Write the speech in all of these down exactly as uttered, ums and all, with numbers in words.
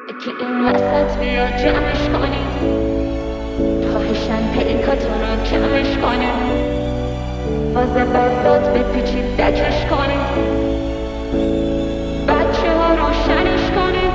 که این وسط بیا جمعش کنیم، خواهشن پیکاتون رو کمش کنیم، واسه بزداد بپیچید دکش کنیم، بچه ها روشنش کنیم.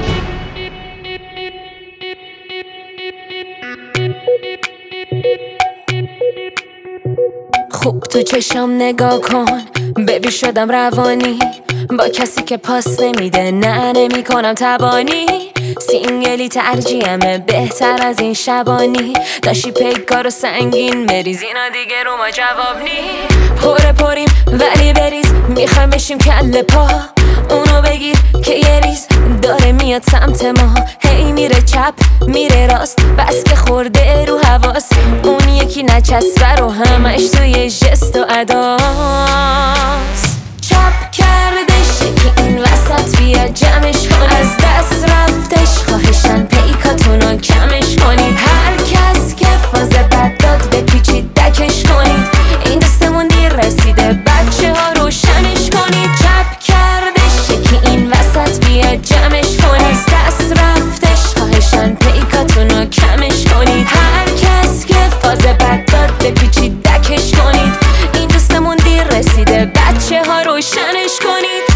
خوب تو چشم نگاه کن، ببین شدم روانی با کسی که پاس نمیده، نه نمی کنم تبانی. سینگلی ترجیحمه بهتر از این شبانی، داشتی پیکارو سنگین بریز، اینا دیگه رو ما جواب نی. پره پریم ولی بریز، میخوایم بشیم کله پا، اونو بگیر که یه ریز داره میاد سمت ما. هی میره چپ میره راست، بس که خورده رو حواس، اون یکی نچسبه رو همش توی جست و اداست. چپ کردش که این وسط بیا جمعش کن، از دست رفتش خواهشن پیکاتونو کمش کنید، هر کس که فاز بد داد بپیچید دکش کنید، این دستمون دیر رسیده بچه ها روشنش کنید. چپ کردش که این وسط بیا جمعش کن، از دست رفتش خواهشن پیکاتونو کمش کنید، هر کس که فاز بد داد بپیچید دکش کنید، این دستمون دیر رسیده بچه ها روشنش کنید.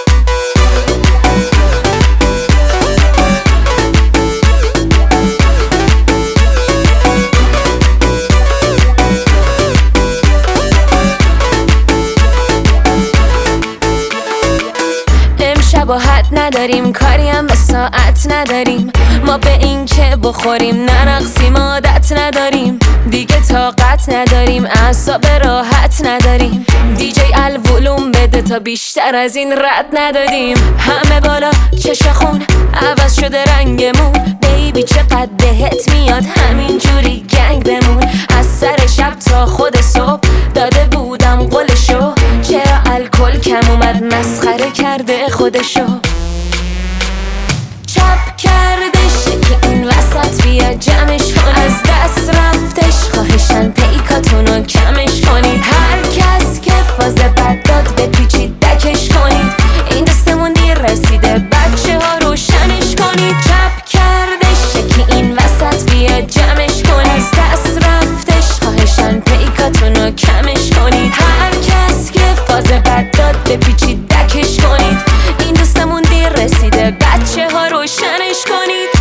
با حد نداریم، کاری هم به ساعت نداریم، ما به این که بخوریم نرقصیم عادت نداریم، دیگه طاقت نداریم اعصاب راحت نداریم، دیجی الولوم بده تا بیشتر از این رد ندادیم. همه بالا چشم خون عوض شده رنگمون، بیبی چقدر بهت میاد همینجوری گنگ بمون، از سر شب تا خود صبح داده بودم قولشو، چرا الکل کم اومد مسخره کرده خودشو. چپ کردش که این وسط بیا جمعش کن، از دست رفتش خواهشن پیکاتونو کمش کنید، هر کس که فاز بد داد بپیچید دکش کنید، این دستمون دیر رسیده بچه ها روشنش کنید. چپ کردش که این وسط بیا جمعش کن، از دست رفتش خواهشن پیکاتونو کمش کنید، هر کس که فاز بد داد بپیچید دکش کنید، این دستمون دیر رسیده بچه ها روشنش کنید.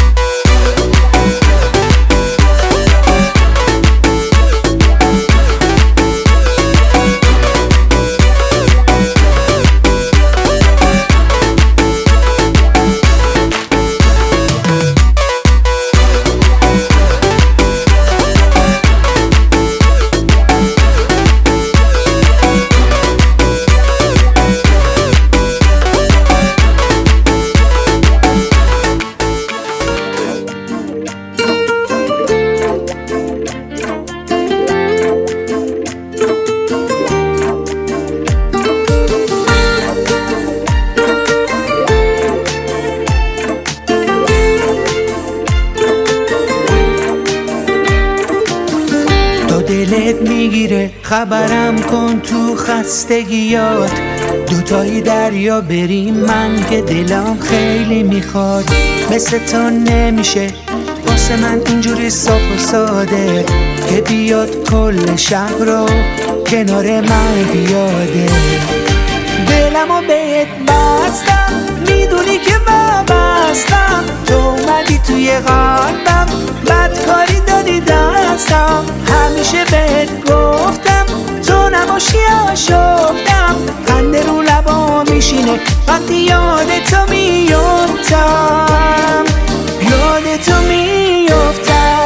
دلت میگیره خبرم کن تو خستگیات، دوتایی دریا بریم من که دلم خیلی میخواد، مثل تو نمیشه واسه من اینجوری صاف و ساده، که بیاد کل شب رو کنار من بیاده. دلمو بهت بستم میدونی که وابستم، تو اومدی توی قلبم بدکاری دادی دستم، همیشه بهت گفتم تو نباشی آشفتم، خنده رو لبا میشینه وقتی یاد تو میفتم، یاد تو میفتم.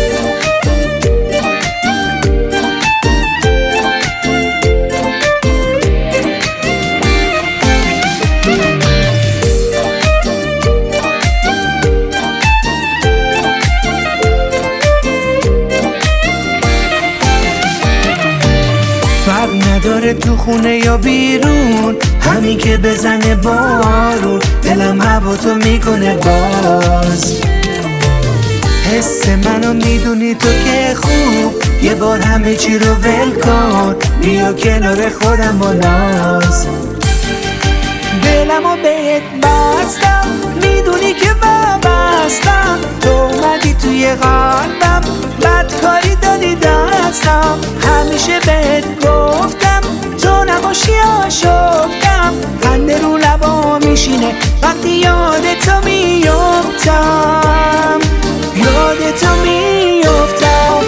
نداره تو خونه یا بیرون، همین که بزنه بارون دلم هوا تو میکنه باز، حس منو میدونی تو که خوب، یه بار همه چی رو ول کن بیا کنار خودم با ناز. دلمو بهت بستم میدونی که بابا وقتی یادتو میافتم، یادتو میافتم.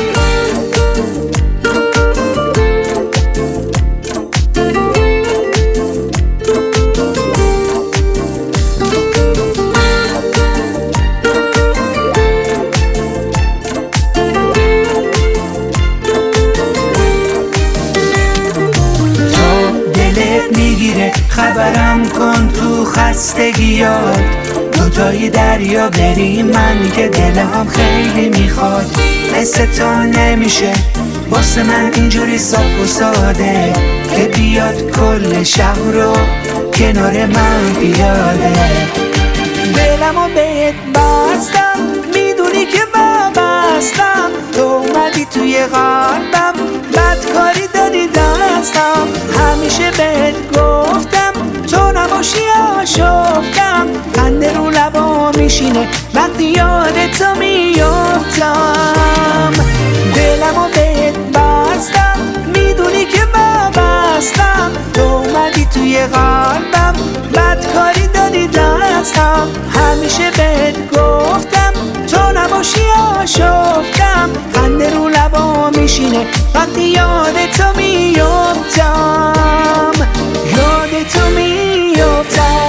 میگیره خبرم کن تو خستگیات، دوتایی دریا بریم من که دلم خیلی میخواد. مثل تو نمیشه واسه من اینجوری صاف و ساده که بیاد کل شب رو کنار من بیاده. دلمو بهت بستم میدونی که وابستم، تو اومدی توی قلبم بدکاری داری دستم. همیشه بهت گفتم تو نباشی آشفتم، خنده رو لبا میشینه وقتی یادتو میافتم. دلمو بهت بستم میدونی که وابستم، تو اومدی توی قلبم بدکاری داری دستم. همیشه بهت گفتم تو نباشی آشفتم، خنده رو لبا میشینه وقتی یادتو میافتم، یادتو میافتم.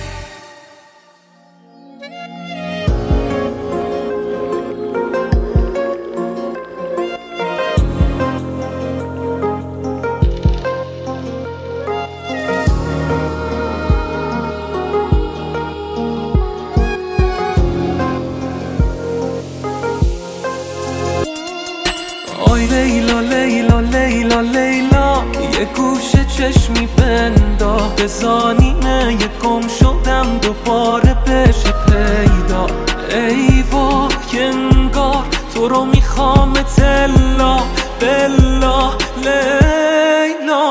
آی لیلا لیلا لیلا لیلا، یه گوشه چشمی بنداز بزانینه، یه گم شدم دوباره بشه پیدا. ای وای انگار تو رو میخوام تلا بلا. لیلا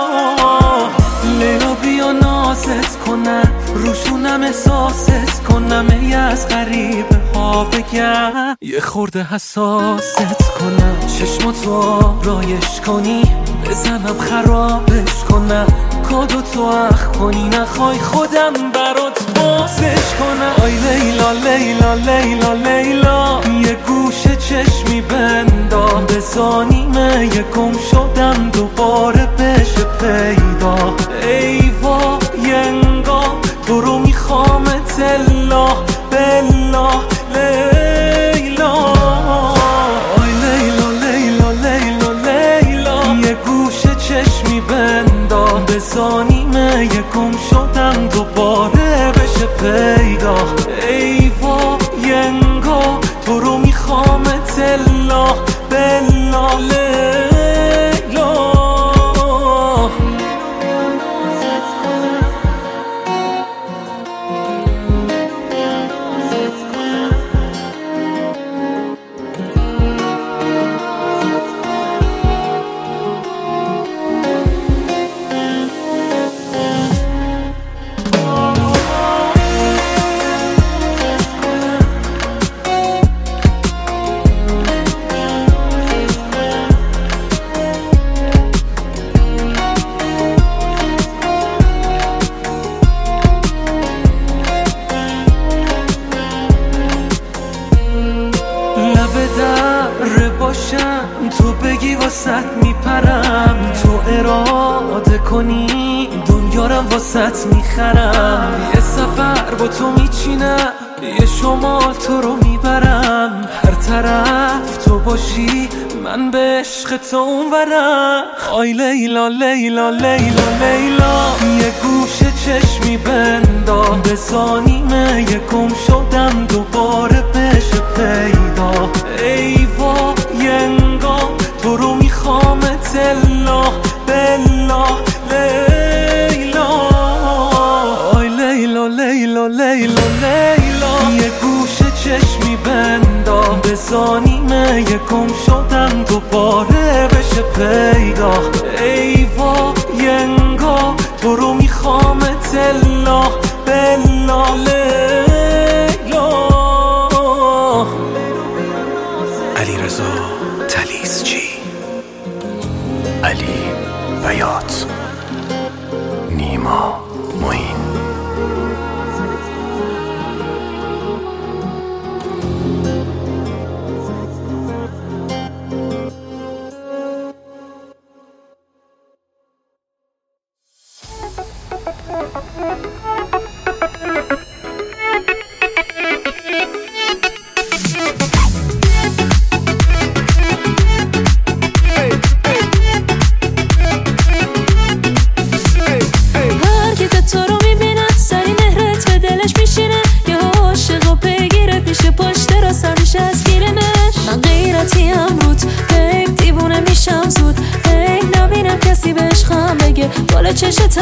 لیلا بیا نازت کنم، روشونم احساست کنم، ای از غریبه ها بگم، یه خورده حساست کنم. چشماتو آرایش کنی بزنم خرابش کنم، کادو تو اخ کنی نخوای خودم برات بازش کنم. آی لیلا لیلا لیلا لیلا، یه گوشه چشمی بنداز بزانیمه، یه گم شدم دوباره بشه پیدا. ای وای انگار تو رو میخوام تلا بلا. لیلا آی لیلا لیلا لیلا لیلا، یه گوشه چشمی بنداز بزانیمه، یه گم شدم دوباره بشه پیدا. ای وای انگار تو رو میخوام تلا بلا. لیلا تو بگی واسط میپرم، تو اراده کنی دنیارم واسط میخرم. یه سفر با تو میچینم، یه شمال تو رو میبرم، هر طرف تو باشی من به عشق تو اونورم. آی لیلا لیلا لیلا لیلا، یه گوشه چشمی بنداز بزانیمه، یه گم شدم دوباره بشه پیدا. ای وای انگار تو رو میخوام تلا بلا. لیلا آی لیلا لیلا لیلا لیلا، یه گوشه چشمی بنداز بزانیمه، یه گم شدم دوباره بشه پیدا. ای وای انگار تو رو میخوام تلا بلا. لیلا علیرضا طلیسچی، علی بیات، نیما معین. بگه بالا چشت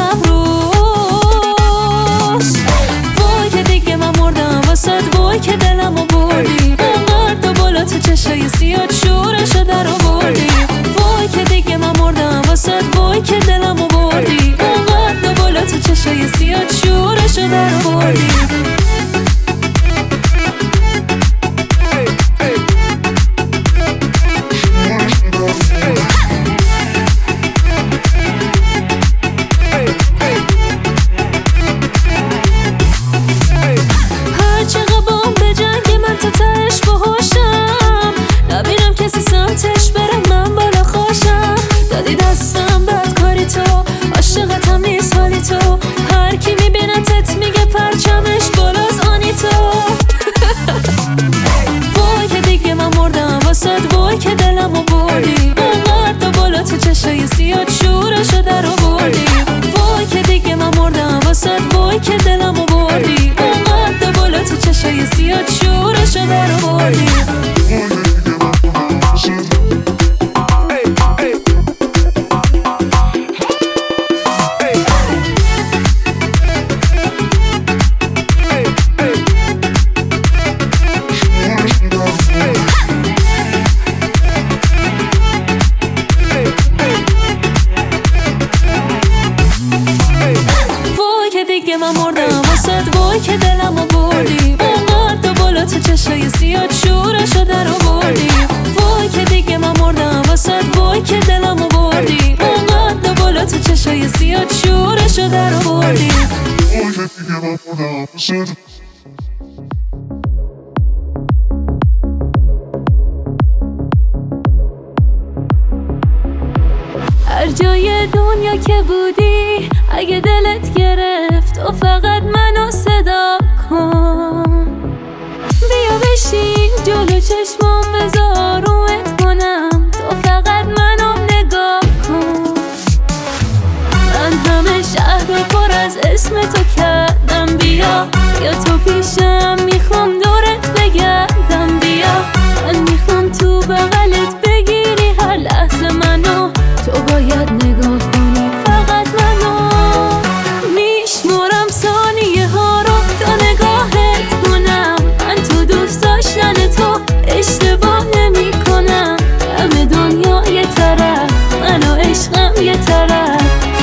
ابروست. وای که دیگه من مردم واسد، وای که دلمو بردی اونقدر بالا تو چشای سیاد شورشو در آوردی. وای که دیگه من مردم واسد، وای که دلمو بردی اونقدر بالا تو چشای سیاد شورشو در آوردی. سمتش برم من بالا خوشم، دادی دستم بد کاری تو، عاشقتم نیست حالی تو، هر کی میبینتت میگه پرچمش بالاز آنی تو. وای که دیگه من مردم واسد، وای که دلمو بردی اونقدر بالا تو چشای سیاد شورشو در آوردی. وای که دیگه من مردم واسد، وای که دلمو بردی اونقدر بالا تو چشای سیاد شورشو در آوردی. دیگه من مردم واسد، وای که دلمو بردی اونقدر بالا تو چشای سیاد شورشو در آوردی. وای که دیگه من مردم واسد، وای که دلمو بردی اونقدر بالا تو چشای سیاد شورشو در آوردی. هر جای دنیا که بودی اگه دلت گرفت و فقط منو صدا کن، بیا بشین جلو چشمام بذار رومت کنم، تو فقط منو نگاه کن. من همه شهر رو پر از اسم تو کردم، بیا یا تو پیشم میخوام دورت بگردم، بیا من میخوام تو بغلت بگیری هر لحظه منو، تو باید نگاه کنی فقط منو. میشمارم ثانیه ها رو تا نگاهت کنم، من تو دوست داشتن تو اشتباه نمی کنم. همه دنیا یه طرف، من و عشقم یه طرف.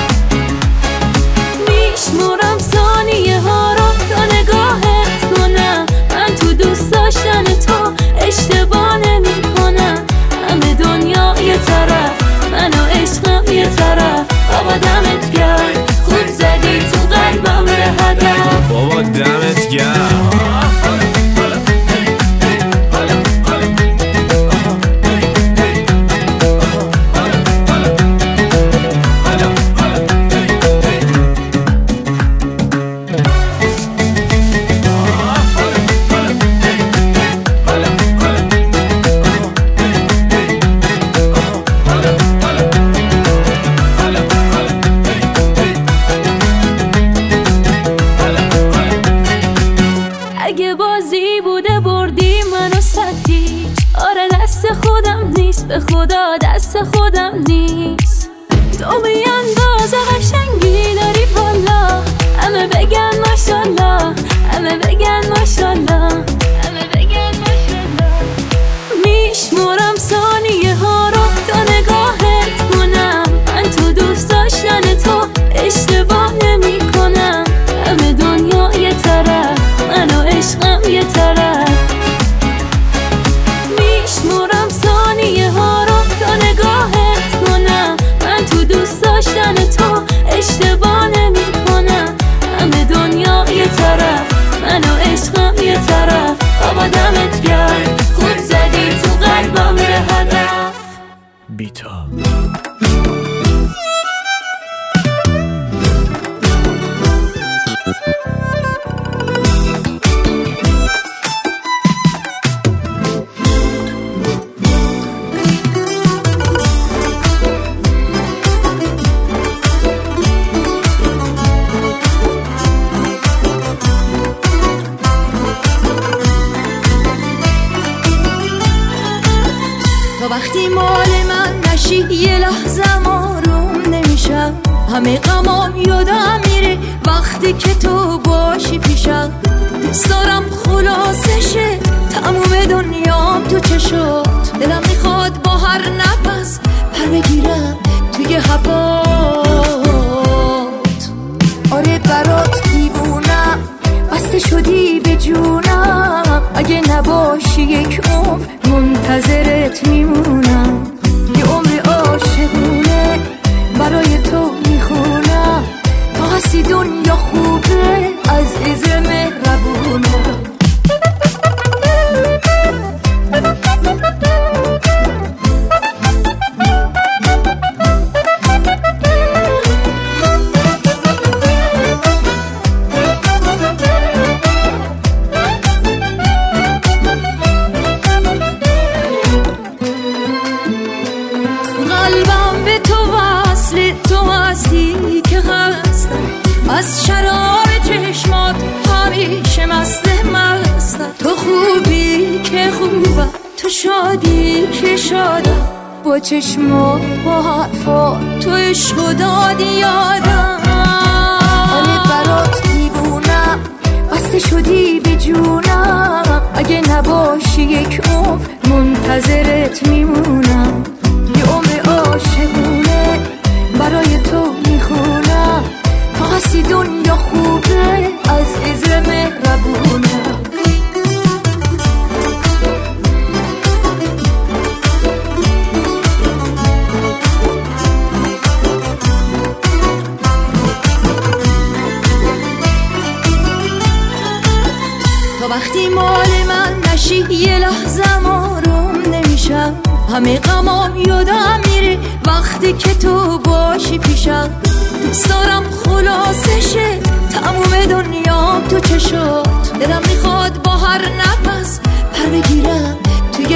میشمارم ثانیه ها رو تا نگاهت کنم، من تو دوست داشتن تو اشتباه نمی کنم. همه دنیا یه طرف، من و عشقم یه طرف. بابا دمت گرم، خوب زدی تو قلبم به هدف. بابا دمت گرم. اگه بازی بوده بردی منو سطحی، آره دست خودم نیست، به خدا دست خودم نیست. تو بی اندازه قشنگی داری والا، همه بگن ماشالله، همه بگن ماشالله، همه بگن ماشالله. میشمارم ثانیه ها رو تا نگاهت کنم، من تو دوست داشتن تو اشتباه نمی کنم. همه دنیا یه طرف، من و عشقم یه طرف. میشمارم ثانیه ها رو تا نگاهت کنم، من تو دوست داشتن تو اشتباه نمی کنم. همه دنیا یه طرف، من و عشقم یه طرف. بابا دمت گرم، خوب زدی تو قلبم به هدف. بیتا وقتی مال من نشی یه لحظه آروم نمیشم، همه غمام یادم میره وقتی که تو باشی پیشم. دوست دارم خلاصشه تموم دنیام تو چشات. دلم میخواد با هر نفس پر بگیرم توی هوات. آره برات دیوونم بسته شدی به جونم. اگه نباشی یک عمر منتظرت میمونم. یه عمر عاشقونه برای تو میخونم. تا هستی دنیا خوبه عزیز مهربونه. از شراب چشمات همیشه مست مستم. تو خوبی که خوبم تو شادی که شادم. با چشمات با حرفات تو عشق دادی یادم. آره برات دیوونم بسته شدی به جونم. اگه نباشی یک عمر منتظرت میمونم. یه عمر عاشقونه برای تو میخونم. تا هستی دنیا خوبه عزیز مهربونه. تا وقتی مال من نشی یه لحظه آروم نمیشم. همه غمام یادم میره وقتی که تو باشی پیشم. دوست دارم خلاصشه تموم دنیام تو چشات. دلم میخواد با هر نفس پر بگیرم توی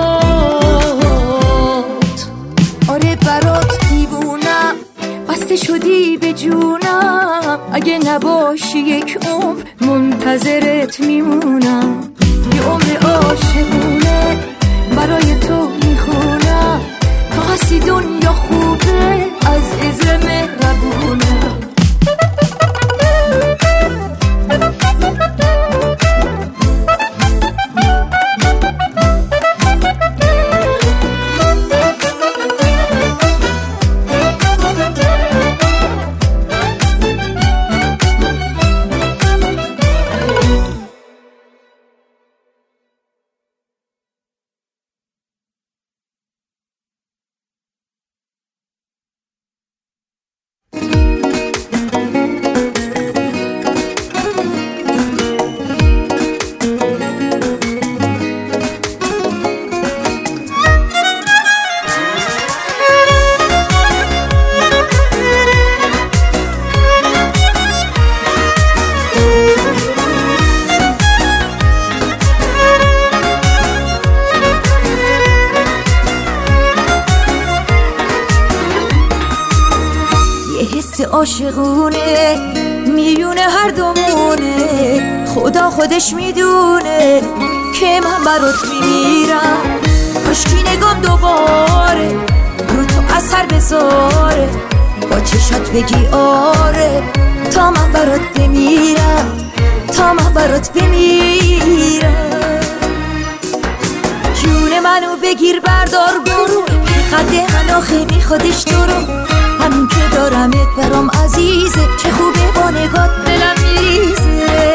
هوات. آره برات دیوونم بسته شدی به جونم. اگه نباشی یک عمر منتظرت میمونم. یه عمر عاشقونه برای تو میخونم. تا هستی دنیا خوبه عزیز مهربونه. عاشقونه میونه هر دومونه. خدا خودش میدونه که من برات میمیرم. کاشکی نگام دوباره رو تو اثر بذاره. با چشات بگی آره تا من برات بمیرم. تا من برات بمیرم. جون منو بگیر بردار برو. قد من آخه میخوادش تو رو. همین که دارمت برام عزیزه. چه خوبه با نگات دلم میریزه.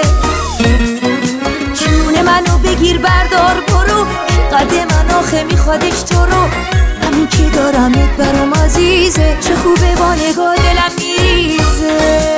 جون منو بگیر بردار برو. قد من آخه میخوادش تو رو. همین که دارمت برام عزیزه. چه خوبه با نگات دلم میریزه.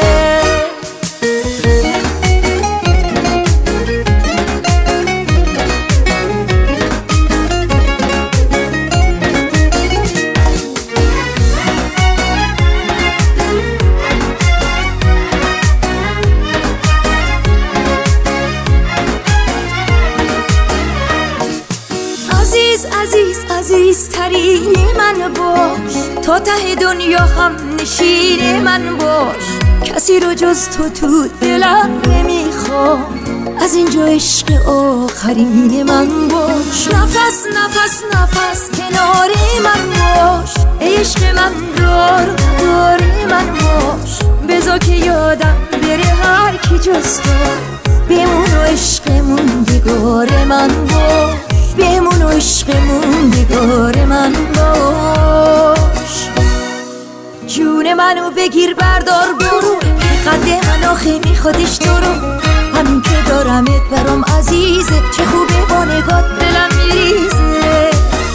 عزیزترین من باش. تا ته دنیا هم نشین من باش. کسی رو جز تو تو دلم نمیخواد. با از اینجا عشق آخرین من باش. نفس نفس نفس کنار من باش، عشق من دار دار من باش. بذار که یادم بره هر کی جز تو، بمون و عشق موندگار من باش، بمون و عشق موندگار من باش. جون منو بگیر بردار برو، قد من آخه میخوادش تو رو. همین که دارمت برام عزیزه، چه خوبه با نگات دلم میریزه.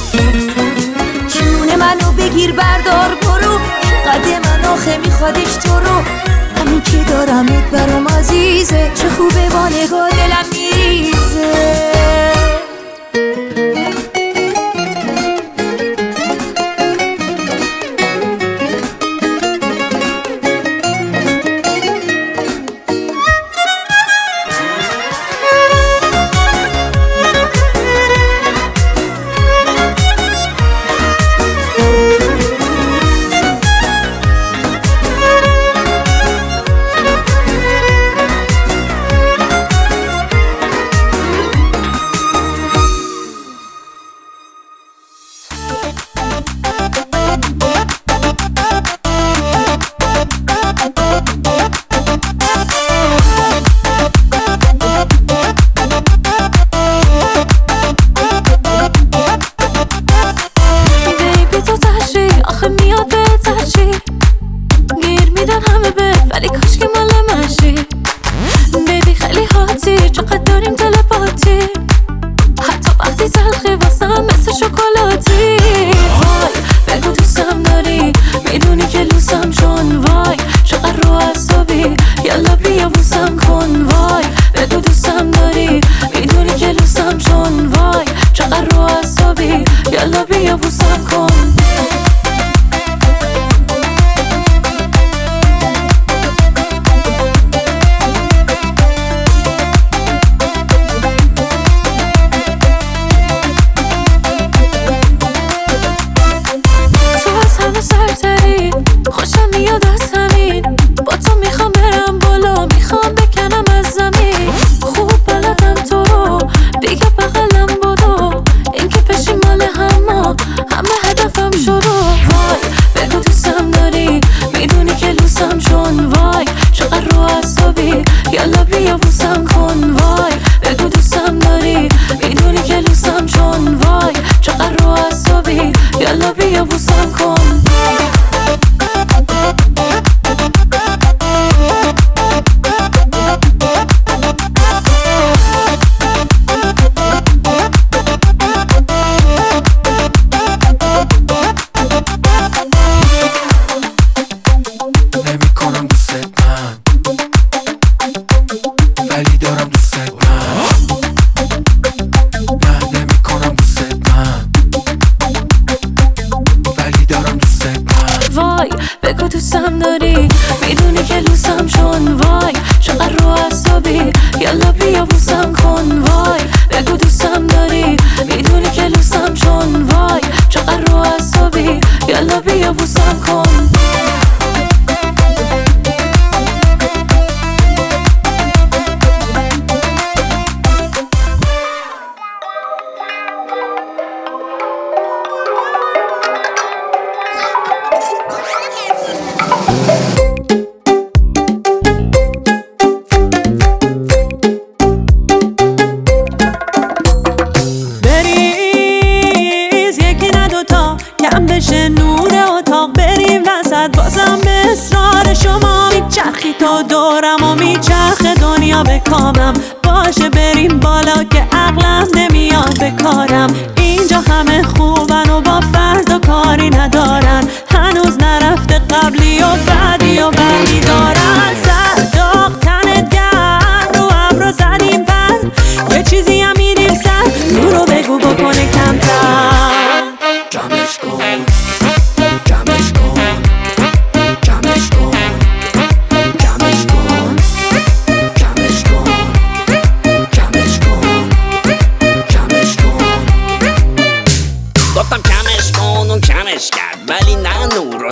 جون منو بگیر بردار برو، قد من آخه میخوادش تو رو. همین که دارمت برام عزیزه، چه خوبه با نگات دلم میریزه.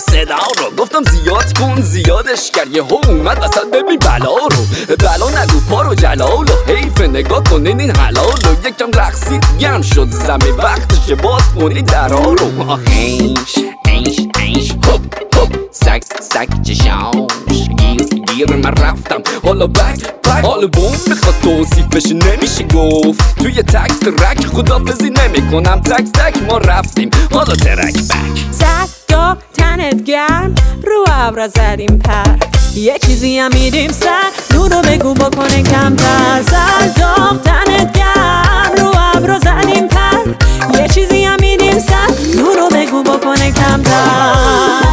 زیادش کرد یه ها اومد وسط ببین بلا رو. بلا نگو جبار و جلال و حیف نگاه کنین این حلال و یکم رقصید گرم شد زمین وقتشه باز کنین درها رو اینش اینش اینش هپ هپ سک سک چشاش گیر گیر من رفتم حالا بک بک حالا بوم میخواد توصیفش نمیشه گفت توی تک ترک خدافزی نمی کنم تک تک ما رفتیم حالا ترک بک زد تنت گرم رو ابرا زدیم پر یه چیزی هم میدیم سر نور رو بگو بکنه کمتر زد داغ تنت گرم رو ابرا زدیم پر یه چیزی هم میدیم سر نور رو بگو بکنه کمتر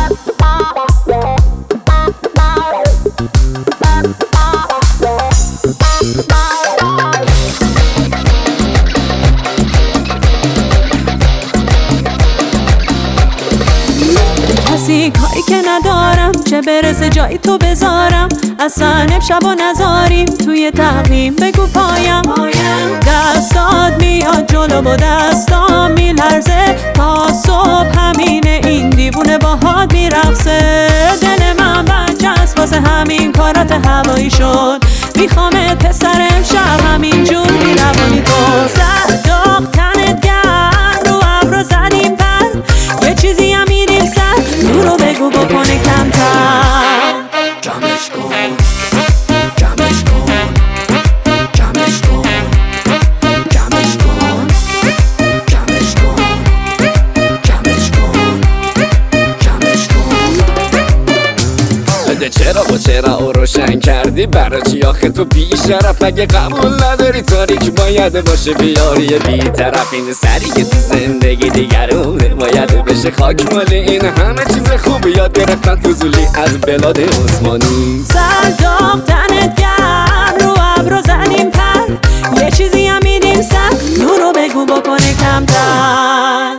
کسی کاری که ندارم چه برسه جایی تو بذارم اصلا امشب و نذاریم توی تقویم بگو پایم دستات میاد جلو و دستام میلرزه تا صبح همینه این دیوونه باهات میرقصه دل من بچست واسه همین کارات هوایی شد میخوامت پسر امشب همین جور میروانی تو زد داغ تنت گرم رو ابرا زدیم پر یه چیزی هم میدیم سر نور رو بگو بکنه کمتر جمعش کن جمعش کن جمعش کن جمعش کن جمعش کن جمعش کن جمعش کن بده چرا و چرا او روشن کردی برای چی آخه تو بیشرف اگه قبول نداری تاریک باید باشه بیاری بی طرف این سری که تو زندگی دیگرونه باید بشه خاک مال این همه چیز خوب یاد گرفتن فضولی از بلاد عثمانی سر داغ تنت گرم رو ابرا زدیم پر یه چیزی هم میدیم سر نور رو بگو بکنه کمتر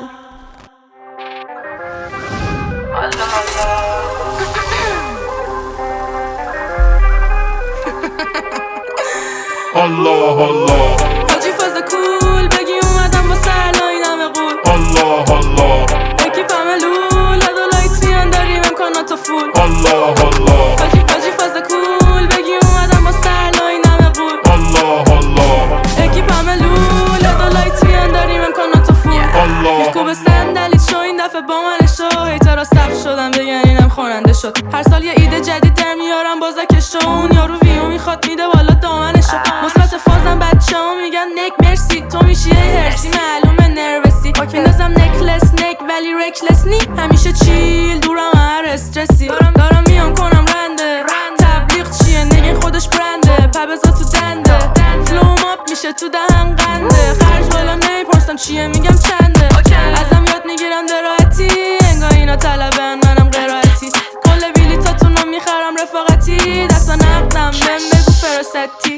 الله الله حاجی فاز کول بگی اومدم با سرلا این همه قول الله الله اکیپ همه لول لد و لایت میان داریم امکاناتو فول الله الله حاجی حاجی فاز کول بگی اومدم با سرلا این همه قول الله الله اکیپ همه لول لد و لایت میان داریم امکاناتو فول الله. یه کوب صندلیت شو این دفعه با من شو هیترا صف شدم بگن اینم خواننده شد هر سال یه ایده جدید در میارم بازکش شو اون یارو ویو میخواد میده بالا دامنشو مثبت فازم بچه ها میگن نک مرسی تو میشی یه هرسی معلومه نروسی میندازم نکلس نک ولی رکلس نی همیشه چیل دورم هر استرسی دارم میام کنم رنده تبلیغ چیه نگه خودش برنده پبزا تو دنده فلوم آپ میشه تو دهن قنده خرج بالا میپرسم چیه میگم چنده ازم یاد میگیرم دراحتی انگاه اینا طلبن منم قرائتی کل بیلیتاتونو میخرم رفاقتی دستا نقدم بهم بگو فراستی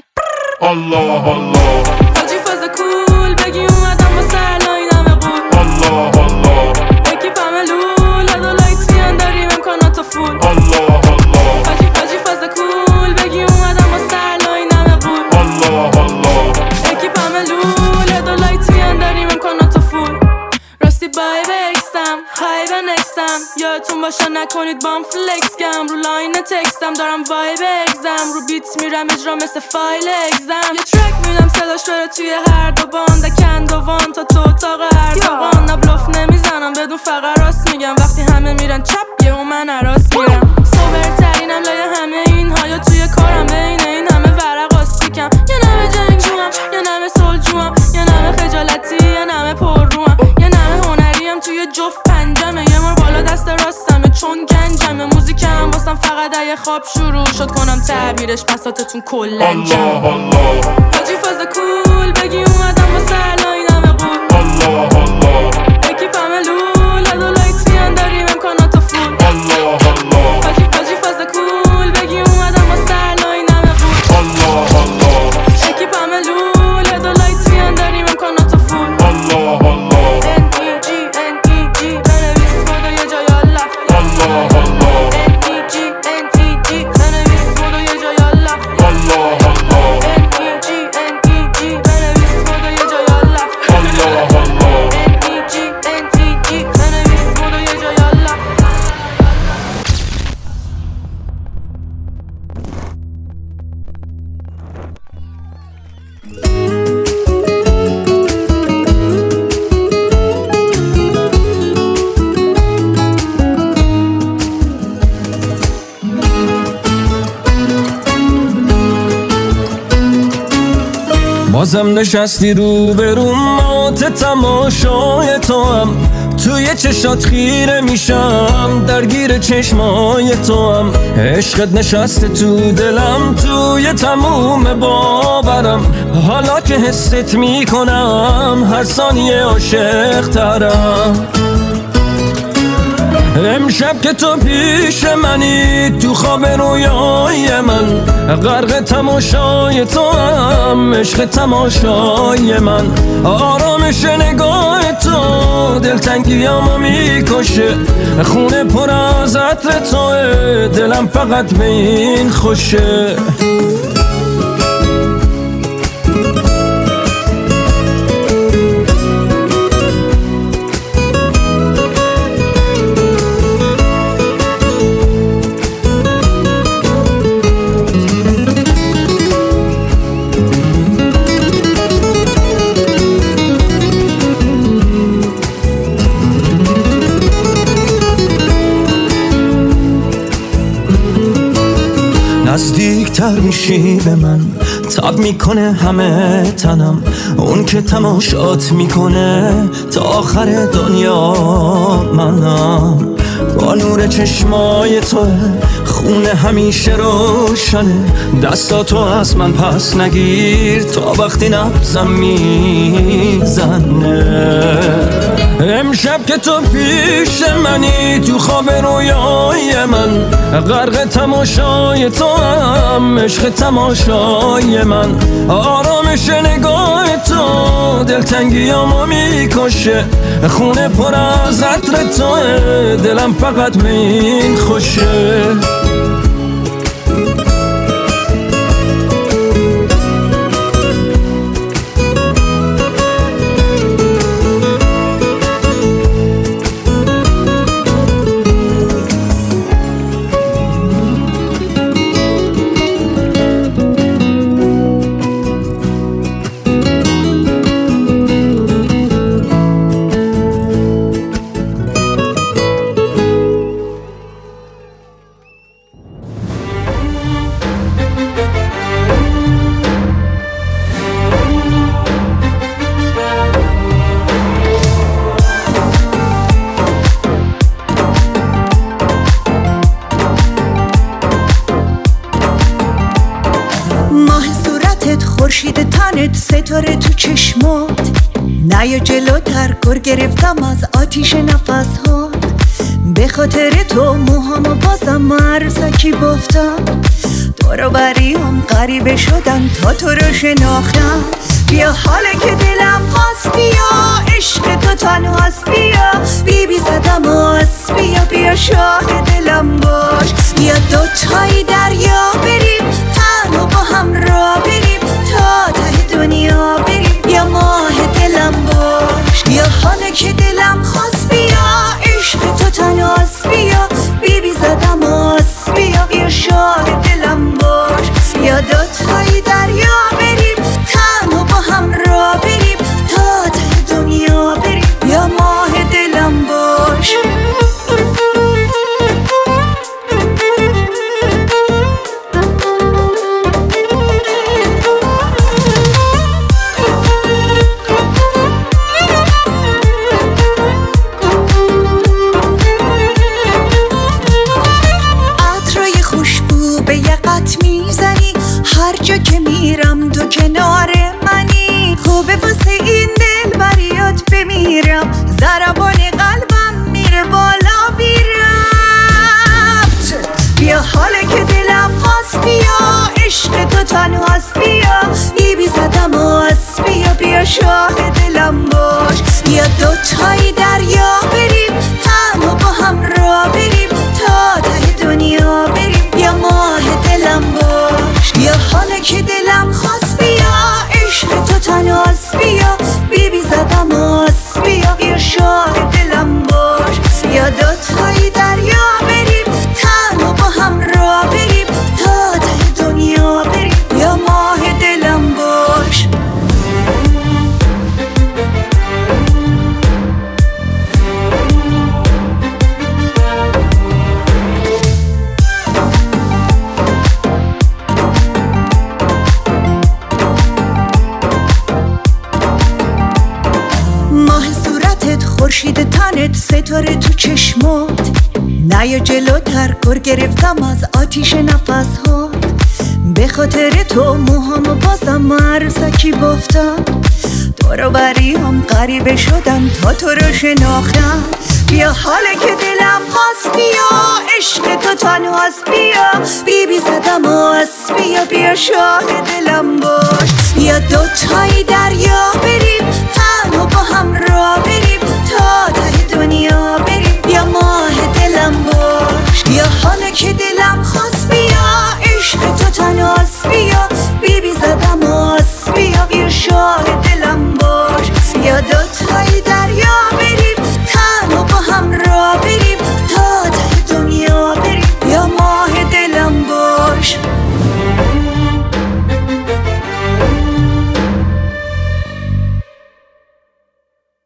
الله الله حاجی فاز کول بگی اومدم با سرلا این همه قول الله الله اکیپ همه لول لد و لایت میان داریم امکاناتو فول الله الله حاجی حاجی فاز کول بگی اومدم با سرلا این همه قول الله الله اکیپ همه لول لد و لایت میان داریم امکاناتو فول راستی بای بکسم های به نکسم یادتون باشه نکنید بام فلکس گم رو لاین تکستم دارم وایب اگزم رو بیت میرم اجرا مثل فایل اگزم یه ترک میدم صداش بره توی هر دو باند کندوان تا تو اتاق هر دوان نبلوف نمیزنم بدون فقط راست میگم وقتی همه میرن چپ یه و من عراس میرم سوبرترینم لای همه این ها توی کارم بین این همه ورق آستیکم یه نمه جنگ جوام یه نمه سول جوام یه نمه خجالتی یه نمه پر روام یه نمه هنریم توی جفت پنجمه یه مر بالا دست راستمه چون گنجمه موزیکم واسم فقط اگه خواب شروع شد کنم تعبیرش پساتتون کلنجم الله الله حاجی فاز کول بگی اومدم با سرلا این همه قول الله الله اکیپ همه لول لد و لایت میان داریم امکاناتو فول الله الله حاجی حاجی فاز کول بگی اومدم با سرلا این همه قول الله الله اکیپ همه لول لد و لایت میان داریم امکاناتو فول الله الله ان ای جی ان ای جی بنویس مود و یه جای الله الله الله ان ای جی ان ای جی بنویس مود و یه جای الله الله الله ان ای جی ان ای جی بنویس مود و یه جای الله الله الله ان ای جی ان ای جی بنویس مود و یه جای الله بازم نشستی رو به رو مات تماشای تو هم توی چشات خیره میشم درگیر چشمای تو هم عشقت نشسته تو دلم توی تموم باورم حالا که حست میکنم هر ثانیه عاشق ترم امشب که تو پیش منی تو خواب رویای من غرق تماشای تو هم عشق تماشای من آرامش نگاه تو دلتنگیامو میکشه خونه پر از عطر توه دلم فقط به این خوشه نزدیکتر میشی به من تاب میکنه همه تنم اون که تماشات میکنه تا آخر دنیا منم با نور چشمای توه خونه همیشه روشنه دستاتو از من پس نگیر تا وقتی نبزم میزنه امشب که تو پیش منی تو خواب رویای من غرق تماشای تو هم عشق تماشای من آرامش نگاه تو دلتنگیامو میکشه خونه پر از عطر توه دلم فقط به این خوشه خورشید تنت ستاره تو چشمات نیا جلوتر گر گرفتم از آتیش نفسهات به خاطر تو موهامو بازم مرزکی بافتم دورو بریم غریبه شدن تا تو رو شناختم بیا حالا که دلم خواست بیا عشق تو تنهاست بیا بی بی زدم آس بیا بیا شاه دلم باش بیا دوتایی دریا بریم تنها با هم را بریم تا ته دنیا بریم بیا ماه دلم باش بیا حالا که دلم خواست بیا عشق تو تنهاست بیا بی بی زدم آس بیا بیا شاه دلم باش بیا دوتایی دریا بریم تنها با هم را بریم تا ته دنیا بریم بیا ماه دلم باش هر جا که میرم تو کنار منی خوبه واسه این دل بریات بمیرم ضربان قلبم میره بالا بیرفت بیا حالا که دلم خواست بیا عشق تو تنهاست بیا بی بی زدم آس بیا بیا شاه دلم باش بیا دوتایی دریا بریم تنها با هم را بریم تا ته دنیا بریم بیا ماه دلم باش بیا حالا که دلم خواست بیا عشق تو تنهاست بیا بی بی زدم آس بیا بیا شاه دلم باش بیا دوتایی دریا بریم تنها با هم را بریم تا ته دنیا بریم بیا ماه دلم باش خورشید تنت ستاره تو چشمات نیا جلوتر گر گرفتم از آتیش نفس ها به خاطر تو موهامو بازم عروسکی بافتم دورو بری هم غریبه شدن تا تو رو شناختم بیا حاله که دلم خواست بیا عشق تو تنهاست بیا بی بی زدم و از بیا بیا شاه دلم باش بیا دوتایی دریا